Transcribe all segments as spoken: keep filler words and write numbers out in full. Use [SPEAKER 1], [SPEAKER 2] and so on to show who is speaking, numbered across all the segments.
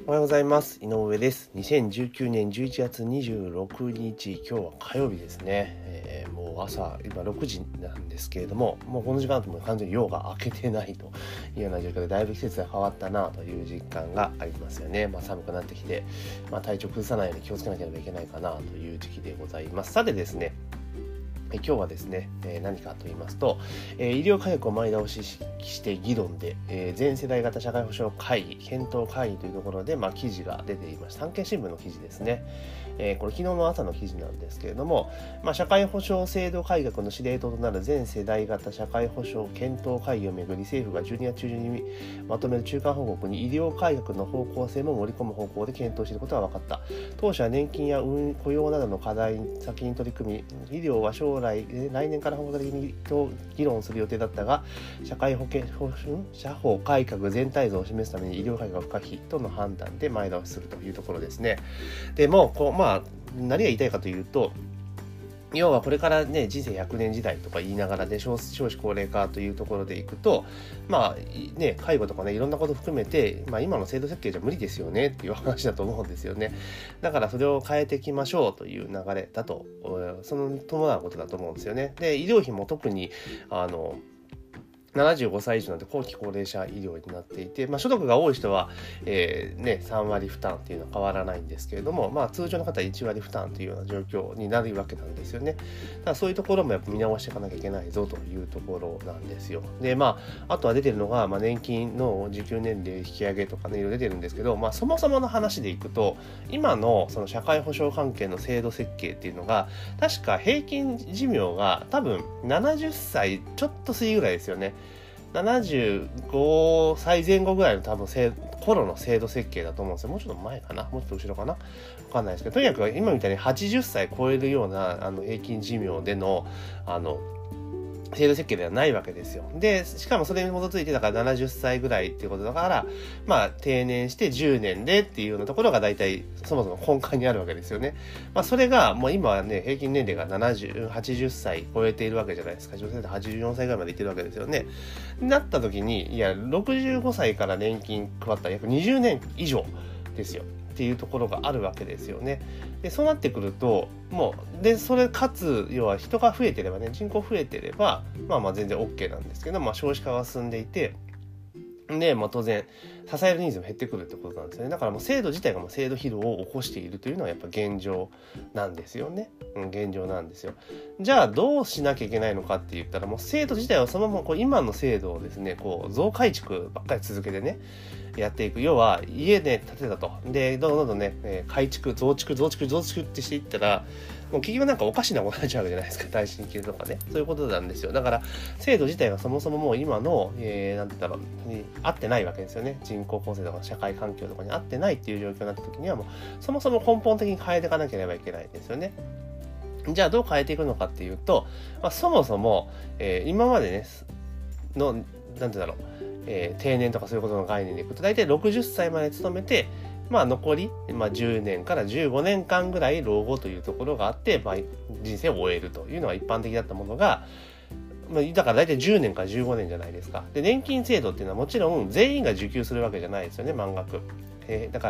[SPEAKER 1] おはようございます。井上です。にせんじゅうきゅうねんじゅういちがつにじゅうろくにち、今日は火曜日ですね。えー、もう朝今ろくじなんですけれども、もうこの時間とも完全に夜が明けてないというような状況で、だいぶ季節が変わったなという実感がありますよね。まあ、寒くなってきて、まあ、体調崩さないように気をつけなければいけないかなという時期でございます。さてですね、今日はですね、えー、何かと言いますと、えー、医療改革を前倒しして議論で、えー、全世代型社会保障会議検討会議というところで、まあ、記事が出ていました。産経新聞の記事ですね。えー、これ昨日の朝の記事なんですけれども、まあ、社会保障制度改革の司令塔となる全世代型社会保障検討会議をめぐり、政府がじゅうにがつ中旬にまとめる中間報告に医療改革の方向性も盛り込む方向で検討していることが分かった。当初は年金や雇用などの課題に先に取り組み、医療は将来来年から本格的に議論する予定だったが、社会保険社保改革全体像を示すために医療改革が不可避との判断で前倒しするというところですね。でもこう、まあ、何が言いたいかというと、要はこれからね、人生ひゃくねん時代とか言いながらで、少子高齢化というところでいくと、まあね、介護とかね、いろんなこと含めて、まあ今の制度設計じゃ無理ですよねっていう話だと思うんですよね。だからそれを変えていきましょうという流れだと、その伴うことだと思うんですよね。で、医療費も特に、あの、ななじゅうごさい以上なんで後期高齢者医療になっていて、まあ、所得が多い人は、えーね、さんわり負担っていうのは変わらないんですけれども、まあ、通常の方はいちわり負担というような状況になるわけなんですよね。だからそういうところもやっぱ見直していかなきゃいけないぞというところなんですよ。で、まあ、あとは出てるのが、まあ、年金の受給年齢引き上げとかね、いろいろ出てるんですけど、まあ、そもそもの話でいくと、今のその社会保障関係の制度設計っていうのが、確か平均寿命が多分ななじゅっさいちょっと過ぎぐらいですよね。ななじゅうごさいぜん後ぐらいの多分頃の制度設計だと思うんですよ。もうちょっと前かな、もうちょっと後ろかな、わかんないですけど、とにかく今みたいにはちじゅっさい超えるようなあの平均寿命でのあの制度設計ではないわけですよ。で、しかもそれに基づいてだからななじゅっさいぐらいっていうことだから、まあ定年してじゅうねんでっていうようなところが大体そもそも根幹にあるわけですよね。まあそれがもう今はね、平均年齢がななじゅう、はちじゅっさい超えているわけじゃないですか。女性ではちじゅうよんさいぐらいまでいってるわけですよね。なった時に、いや、ろくじゅうごさいから年金配ったら約にじゅうねん以上ですよ。っていうところがあるわけですよね。で、そうなってくると、もう、で、それかつ、要は人が増えてればね、人口増えてれば、まあまあ全然 OK なんですけど、まあ少子化が進んでいて、で、まあ当然、支える人数も減ってくるってことなんですよね。だからもう制度自体がもう制度疲労を起こしているというのはやっぱ現状なんですよね。うん、現状なんですよ。じゃあどうしなきゃいけないのかって言ったら、もう制度自体はそのままこう今の制度をですね、こう増改築ばっかり続けてね、やっていく。要は家で建てたと。で、どんどんどんどんね、えー、改築、増築、増築、増築ってしていったら、もう結局なんかおかしなことになっちゃうわけじゃないですか。耐震系とかね。そういうことなんですよ。だから、制度自体がそもそももう今の、えー、なんて言ったろう、に合ってないわけですよね。人口構成とか社会環境とかに合ってないっていう状況になった時にはもう、そもそも根本的に変えていかなければいけないんですよね。じゃあどう変えていくのかっていうと、まあ、そもそも、えー、今までね、の、なんて言うんだろう、えー、定年とかそういうことの概念でいくと、大体ろくじゅっさいまで勤めて、まあ残り、まあ、じゅうねんからじゅうごねんかんぐらい老後というところがあって、まあ、人生を終えるというのが一般的だったものが、まあ、だから大体じゅうねんからじゅうごねんじゃないですか。で、年金制度っていうのはもちろん全員が受給するわけじゃないですよね、満額。えー、だから、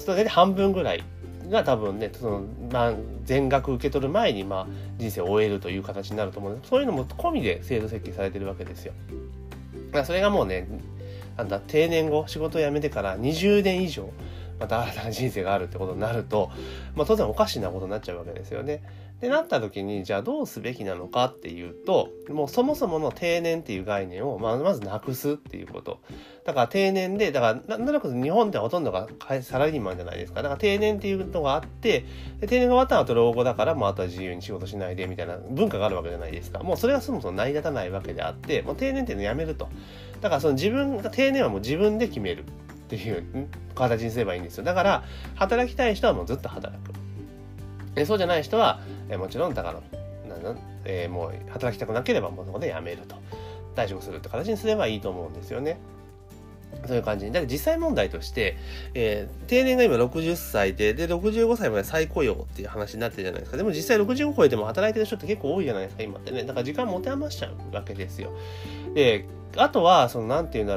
[SPEAKER 1] それで半分ぐらいが多分ね、その、まあ、全額受け取る前に、まあ、人生を終えるという形になると思うので、そういうのも込みで制度設計されてるわけですよ。だからそれがもうね、なんだ、定年後、仕事を辞めてからにじゅうねん以上、また新たな人生があるってことになると、まあ当然おかしなことになっちゃうわけですよね。で、なった時に、じゃあどうすべきなのかっていうと、もうそもそもの定年っていう概念を、まあ、まずなくすっていうこと。だから定年で、だからなんとなく日本ではほとんどがサラリーマンじゃないですか。だから定年っていうのがあって、で定年が終わった後老後だから、もうあとは自由に仕事しないでみたいな文化があるわけじゃないですか。もうそれはそもそも成り立たないわけであって、もう定年っていうのをやめると。だからその自分が定年はもう自分で決めるっていう形にすればいいんですよ。だから働きたい人はもうずっと働く。えそうじゃない人はえもちろんだからなんだ、えー、もう働きたくなければもうそこで辞めると、退職するって形にすればいいと思うんですよね。そういう感じに。だから実際問題として、えー、定年が今ろくじゅっさいで、で、ろくじゅうごさいまで再雇用っていう話になってるじゃないですか。でも実際ろくじゅうご超えても働いてる人って結構多いじゃないですか、今ってね。だから時間持て余しちゃうわけですよ。で、あとは、その、なんていうんだろ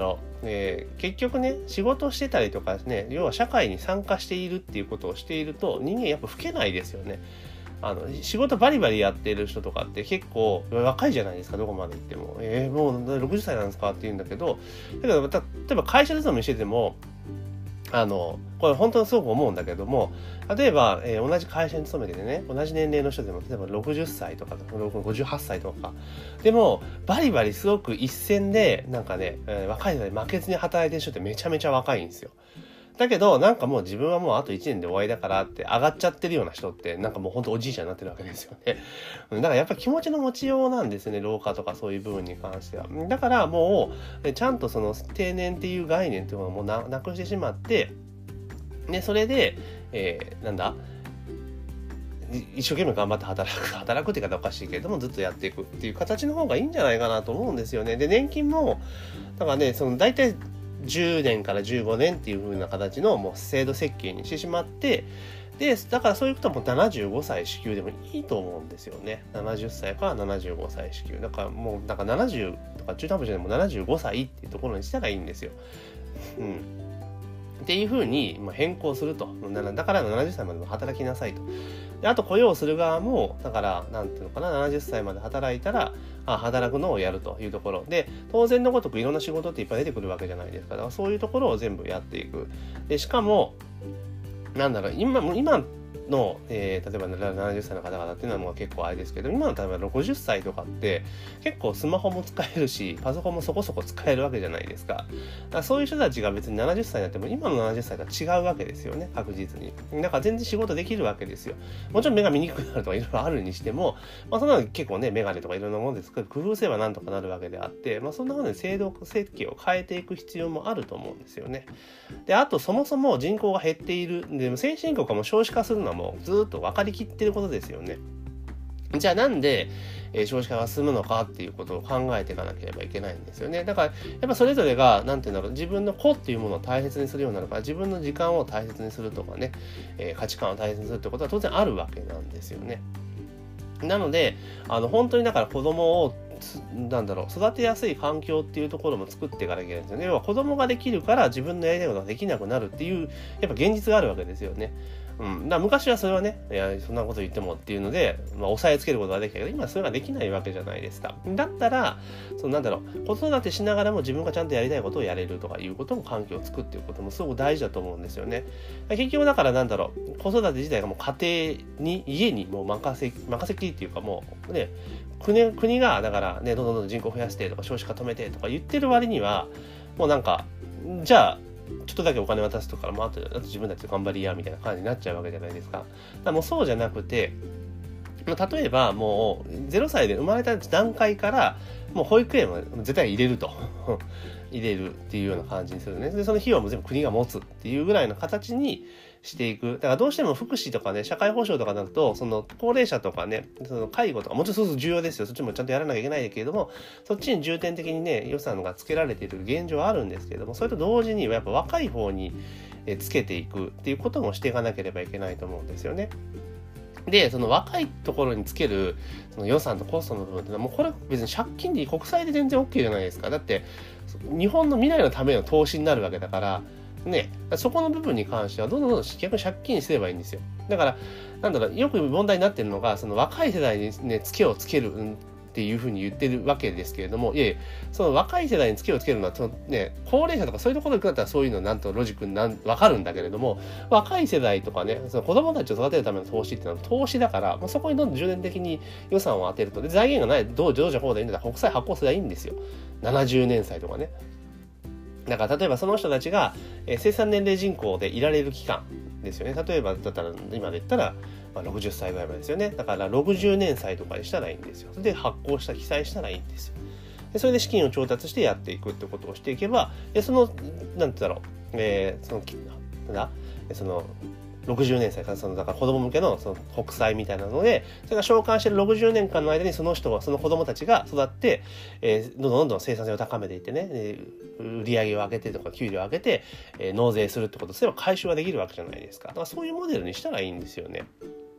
[SPEAKER 1] えー、結局ね仕事してたりとかね、要は社会に参加しているっていうことをしていると人間やっぱ老けないですよね。あの仕事バリバリやってる人とかって結構若いじゃないですか、どこまで行っても。えー、もうろくじゅっさいなんですかって言うんだけど、だけど例えば会社勤めしてても、あのこれ本当にすごく思うんだけども、例えば、えー、同じ会社に勤めててね、同じ年齢の人でも例えばろくじゅっさいとかごじゅうはっさいとかでもバリバリすごく一線でなんかね、えー、若いので負けずに働いてる人ってめちゃめちゃ若いんですよ。だけどなんかもう自分はもうあといちねんで終わりだからって上がっちゃってるような人ってなんかもうほんとおじいちゃんになってるわけですよね。だからやっぱり気持ちの持ちようなんですね、老化とかそういう部分に関しては。だからもうちゃんとその定年っていう概念っていうのをもう な, なくしてしまって、でそれで、えー、なんだ一生懸命頑張って働く働くって言い方おかしいけれどもずっとやっていくっていう形の方がいいんじゃないかなと思うんですよね。で年金もだからね、その大体じゅうねんからじゅうごねんっていう風な形のもう制度設計にしてしまって、でだからそういうこともななじゅうごさい支給でもいいと思うんですよね。ななじゅっさいからななじゅうごさい支給だからもうなんかななじゅうとか中途半端じゃないもうななじゅうごさいっていうところにしたらいいんですよ。うんっていう風に変更すると。だからななじゅっさいまでも働きなさいと。であと雇用する側もだからなんていうのかな、ななじゅっさいまで働いたらあ働くのをやるというところで、当然のごとくいろんな仕事っていっぱい出てくるわけじゃないですか。だからそういうところを全部やっていく。でしかもなんだろう今今の、えー、例えばななじゅっさいの方々っていうのは結構あれですけど、今の例えばろくじゅっさいとかって結構スマホも使えるしパソコンもそこそこ使えるわけじゃないですか。だからそういう人たちが別にななじゅっさいになっても今のななじゅっさいとは違うわけですよね、確実に。だから全然仕事できるわけですよ。もちろん目が見にくくなるとかいろいろあるにしても、まあ、そんなの結構ねメガネとかいろんなもので作る工夫すればなんとかなるわけであって、まあ、そんなふうに制度設計を変えていく必要もあると思うんですよね。であとそもそも人口が減っているで先進国はもう少子化するのはもうずっと分かりきってることですよね。じゃあなんで、えー、少子化が進むのかっていうことを考えていかなければいけないんですよね。だからやっぱそれぞれがなんていうんだろう、自分の個っていうものを大切にするようになるから、自分の時間を大切にするとかね、えー、価値観を大切にするってことは当然あるわけなんですよね。なのであの本当にだから子供をなんだろう育てやすい環境っていうところも作っていかなきゃいけないんですよね。要は子供ができるから自分のやりたいことができなくなるっていうやっぱ現実があるわけですよね。うん、だから昔はそれはね、いやそんなこと言ってもっていうので、まあ、抑えつけることができたけど、今それができないわけじゃないですか。だったらそのなんだろう子育てしながらも自分がちゃんとやりたいことをやれるとかいうことも環境を作っていくこともすごく大事だと思うんですよね。結局だからなんだろう子育て自体がもう家庭に家にもう任せ任せきりっていうかもうね国, 国がだからねどんどんどんどん人口増やしてとか少子化止めてとか言ってる割にはもうなんかじゃあちょっとだけお金渡すとか、まあ、あとあと自分たちで頑張りやみたいな感じになっちゃうわけじゃないですか。だからもうそうじゃなくて、例えばもうゼロさいで生まれた段階からもう保育園は絶対入れると入れるっていうような感じにするね。でその費用も全部国が持つっていうぐらいの形にしていく。だからどうしても福祉とかね社会保障とかになるとその高齢者とかねその介護とかもちろんそうそう重要ですよ。そっちもちゃんとやらなきゃいけないけれども、そっちに重点的にね予算がつけられている現状はあるんですけれども、それと同時にやっぱ若い方につけていくっていうこともしていかなければいけないと思うんですよね。でその若いところにつけるその予算とコストの部分ってのはもうこれ別に借金で国債で全然 OK じゃないですか。だって日本の未来のための投資になるわけだからね、そこの部分に関してはどんどんどんどん逆に借金すればいいんですよ。だからなんだろうよく問題になってるのがその若い世代にねツケをつけるっていうふうに言ってるわけですけれども、いやいやその若い世代にツケをつけるのはその、ね、高齢者とかそういうところに行くんだったらそういうのなんとロジックになん分かるんだけれども、若い世代とかねその子供たちを育てるための投資っていうのは投資だから、まあ、そこにどんどん重点的に予算を当てるとで財源がないどうどうじゃこうでいいんだったら国債発行すればいいんですよ。ななじゅうねんさいとかね。だから例えばその人たちが、えー、生産年齢人口でいられる期間ですよね。例えばだったら今で言ったら、まあ、ろくじゅっさいぐらいまでですよね。だからろくじゅうねんさいとかにしたらいいんですよ。それで発行した記載したらいいんですよ。でそれで資金を調達してやっていくってことをしていけば、でそのなんてだろう、えー、そのなんだそのろくじゅうねんさいからそのだから子供向けのその国債みたいなので、それが償還してるろくじゅうねんかんの間にその人はその子供たちが育って、えー、どんどんどんどん生産性を高めていってね、えー、売り上げを上げてとか給料を上げて、えー、納税するってことすれば回収ができるわけじゃないですか。だからそういうモデルにしたらいいんですよね。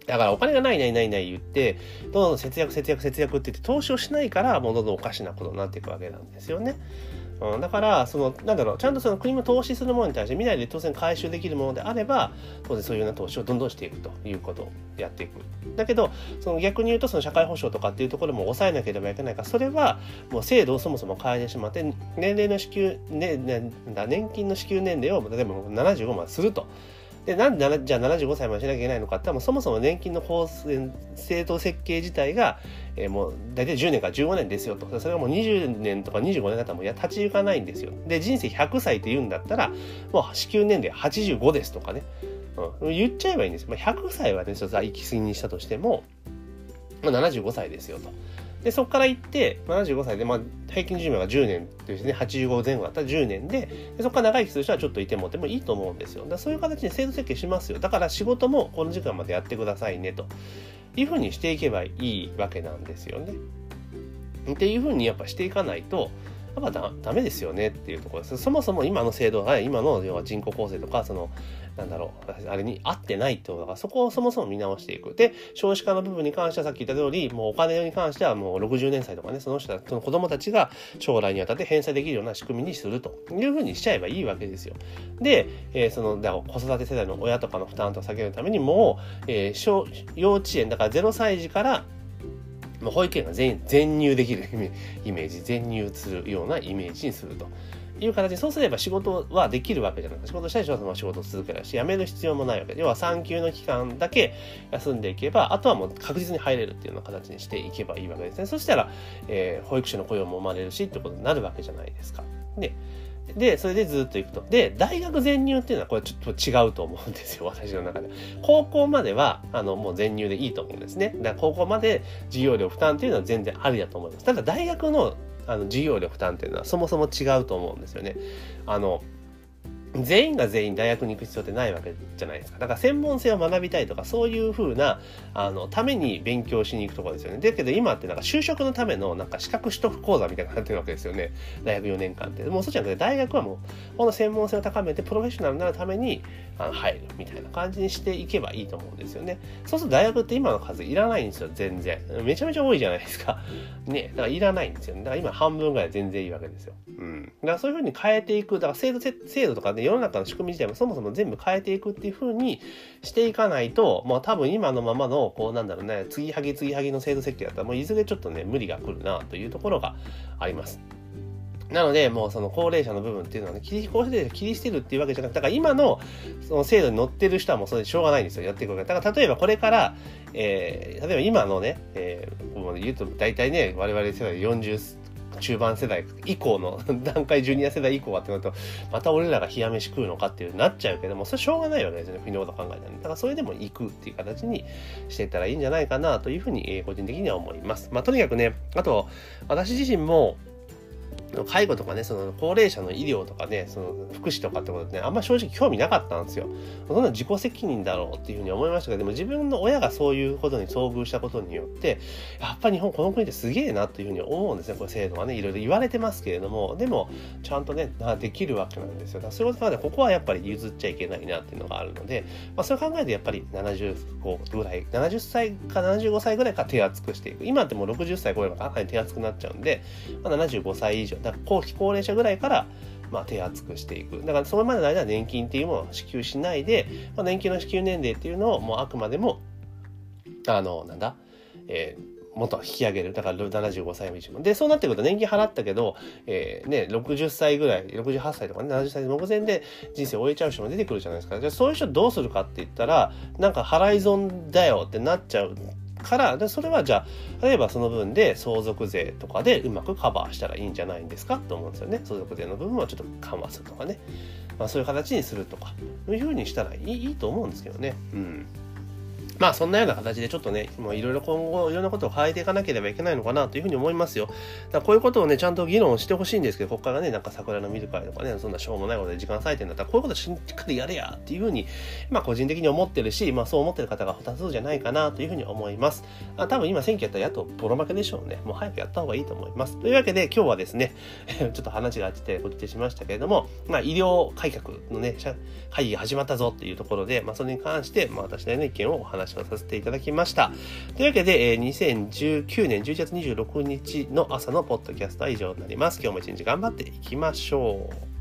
[SPEAKER 1] だからお金がないないないない言って、どんどん節約節約節約って言って投資をしないから、もうどんどんおかしなことになっていくわけなんですよね。うん、だからそのなんだろう、ちゃんとその国も投資するものに対して未来で当然回収できるものであれば、当然そういうような投資をどんどんしていくということをやっていく。だけどその逆に言うと、その社会保障とかっていうところも抑えなければいけないから、それはもう制度をそもそも変えてしまって、年齢の支給、ね、ね、年金の支給年齢を例えばななじゅうごまですると。で、なんでじゃあななじゅうごさいまでしなきゃいけないのかって、もうそもそも年金の法制度設計自体が、えー、もう大体じゅうねんからじゅうごねんですよと。それがもうにじゅうねんとかにじゅうごねんだったらもう立ち行かないんですよ。で、人生ひゃくさいって言うんだったら、もう支給年齢はちじゅうごですとかね、うん、言っちゃえばいいんですよ。まあ、ひゃくさいはね、ちょっと行き過ぎにしたとしても、まあ、ななじゅうごさいですよと。で、そこから行って、ななじゅうごさいで、まあ、平均寿命がじゅうねんというですね、はちじゅうごぜん後だったらじゅうねんで、でそこから長生きする人はちょっといてもでもいいと思うんですよ。だからそういう形に制度設計しますよ。だから仕事もこの時間までやってくださいね、というふうにしていけばいいわけなんですよね。っていうふうにやっぱしていかないと、やっぱダメですよねっていうところです。そもそも今の制度が、今の要は人口構成とか、その、なんだろう、あれに合ってないってことだから、そこをそもそも見直していく。で、少子化の部分に関してはさっき言った通り、もうお金に関してはもうろくじゅうねんさいとかね、その人その子供たちが将来にあたって返済できるような仕組みにするというふうにしちゃえばいいわけですよ。で、えー、その、だから子育て世代の親とかの負担とか下げるためにも、えー、小幼稚園、だからゼロさい児から保育園が全員全入できるイメージ、全入するようなイメージにするという形で、そうすれば仕事はできるわけじゃないですか。仕事したい人はその仕事を続けるし、辞める必要もないわけで、要は産休の期間だけ休んでいけば、あとはもう確実に入れるっていうような形にしていけばいいわけですね。そしたら、えー、保育士の雇用も生まれるしってことになるわけじゃないですか。でで、それでずっと行くと。で、大学全入っていうのはこれちょっと違うと思うんですよ、私の中で。高校までは、あの、もう全入でいいと思うんですね。だから高校まで授業料負担っていうのは全然ありだと思います。ただ大学の、あの授業料負担っていうのはそもそも違うと思うんですよね。あの、全員が全員大学に行く必要ってないわけじゃないですか。だから専門性を学びたいとか、そういう風なあのために勉強しに行くところですよね。だけど今ってなんか就職のためのなんか資格取得講座みたいになってるわけですよね。大学よねんかんって。もうそうじゃなくて、大学はもうこの専門性を高めてプロフェッショナルになるためにあの入るみたいな感じにしていけばいいと思うんですよね。そうすると大学って今の数いらないんですよ、全然。めちゃめちゃ多いじゃないですか。ね、だからいらないんですよね。だから今半分ぐらい全然いいわけですよ。うん。だからそういう風に変えていく、だから制度制度とかね、世の中の仕組み自体もそもそも全部変えていくっていう風にしていかないと、もう多分今のままのこうなんだろうね、継ぎはぎ継ぎはぎの制度設計だったらもういずれちょっとね無理が来るなというところがあります。なのでもうその高齢者の部分っていうのはね、切り高齢者切り捨てるっていうわけじゃなくて、だから今のその制度に乗ってる人はもうそれでしょうがないんですよ、やっていくわけだから。例えばこれから、えー、例えば今のね、えー、もう言うと大体ね、我々世代よんじゅう中盤世代以降の段階ジュニア世代以降はってなると、また俺らが冷や飯食うのかっていうなっちゃうけども、それしょうがないわけですよね、国のこと考えたら、ね、だからそれでも行くっていう形にしていったらいいんじゃないかなというふうに、えー、個人的には思います。まあとにかくね、あと私自身も介護とかね、その高齢者の医療とかね、その福祉とかってことでね、あんま正直興味なかったんですよ。そんな自己責任だろうっていうふうに思いましたけど、でも自分の親がそういうことに遭遇したことによって、やっぱり日本、この国ってすげえなっていうふうに思うんですね。これ制度はね、いろいろ言われてますけれども、でもちゃんとね、できるわけなんですよ。だからそういうことで、ここはやっぱり譲っちゃいけないなっていうのがあるので、まあ、そう考えてやっぱりななじゅうごぐらい、ななじゅっさいかななじゅうごさいぐらいから手厚くしていく。今ってもうろくじゅっさい超えればかなり手厚くなっちゃうんで、まあ、ななじゅうごさい以上、だから後期高齢者ぐらいからまあ手厚くしていく。だからそれまでの間は年金っていうものを支給しないで、まあ、年金の支給年齢っていうのをもうあくまでもあのなんだ、えー、もっと引き上げる。だからななじゅうごさい以上で、そうなってくると年金払ったけど、えー、ねろくじゅっさいぐらい、ろくじゅうはっさいとかね、ななじゅっさい目前で人生を終えちゃう人も出てくるじゃないですか。じゃあそういう人どうするかって言ったら、なんか払い損だよってなっちゃうから、でそれはじゃあ例えばその分で相続税とかでうまくカバーしたらいいんじゃないんですかと思うんですよね。相続税の部分はちょっと緩和するとかね、まあ、そういう形にするとかそういう風にしたらいい、いいと思うんですけどね。うんまあそんなような形でちょっとね、もういろいろ今後いろんなことを変えていかなければいけないのかなというふうに思いますよ。だからこういうことをね、ちゃんと議論してほしいんですけど、ここからね、なんか桜の見る会とかね、そんなしょうもないことで時間割いてんだったら、こういうことしっかりやれやっていうふうに、まあ個人的に思ってるし、まあそう思ってる方が多数じゃないかなというふうに思います。あ多分今選挙やったら野党ボロ負けでしょうね。もう早くやった方がいいと思います。というわけで今日はですね、ちょっと話があって落ちてしましたけれども、まあ医療改革のね、会議が始まったぞっていうところで、まあそれに関して、まあ私なりの意見をお話話をさせていただきました。というわけで、えー、にせんじゅうきゅうねんじゅういちがつにじゅうろくにちの朝のポッドキャストは以上になります。今日も一日頑張っていきましょう。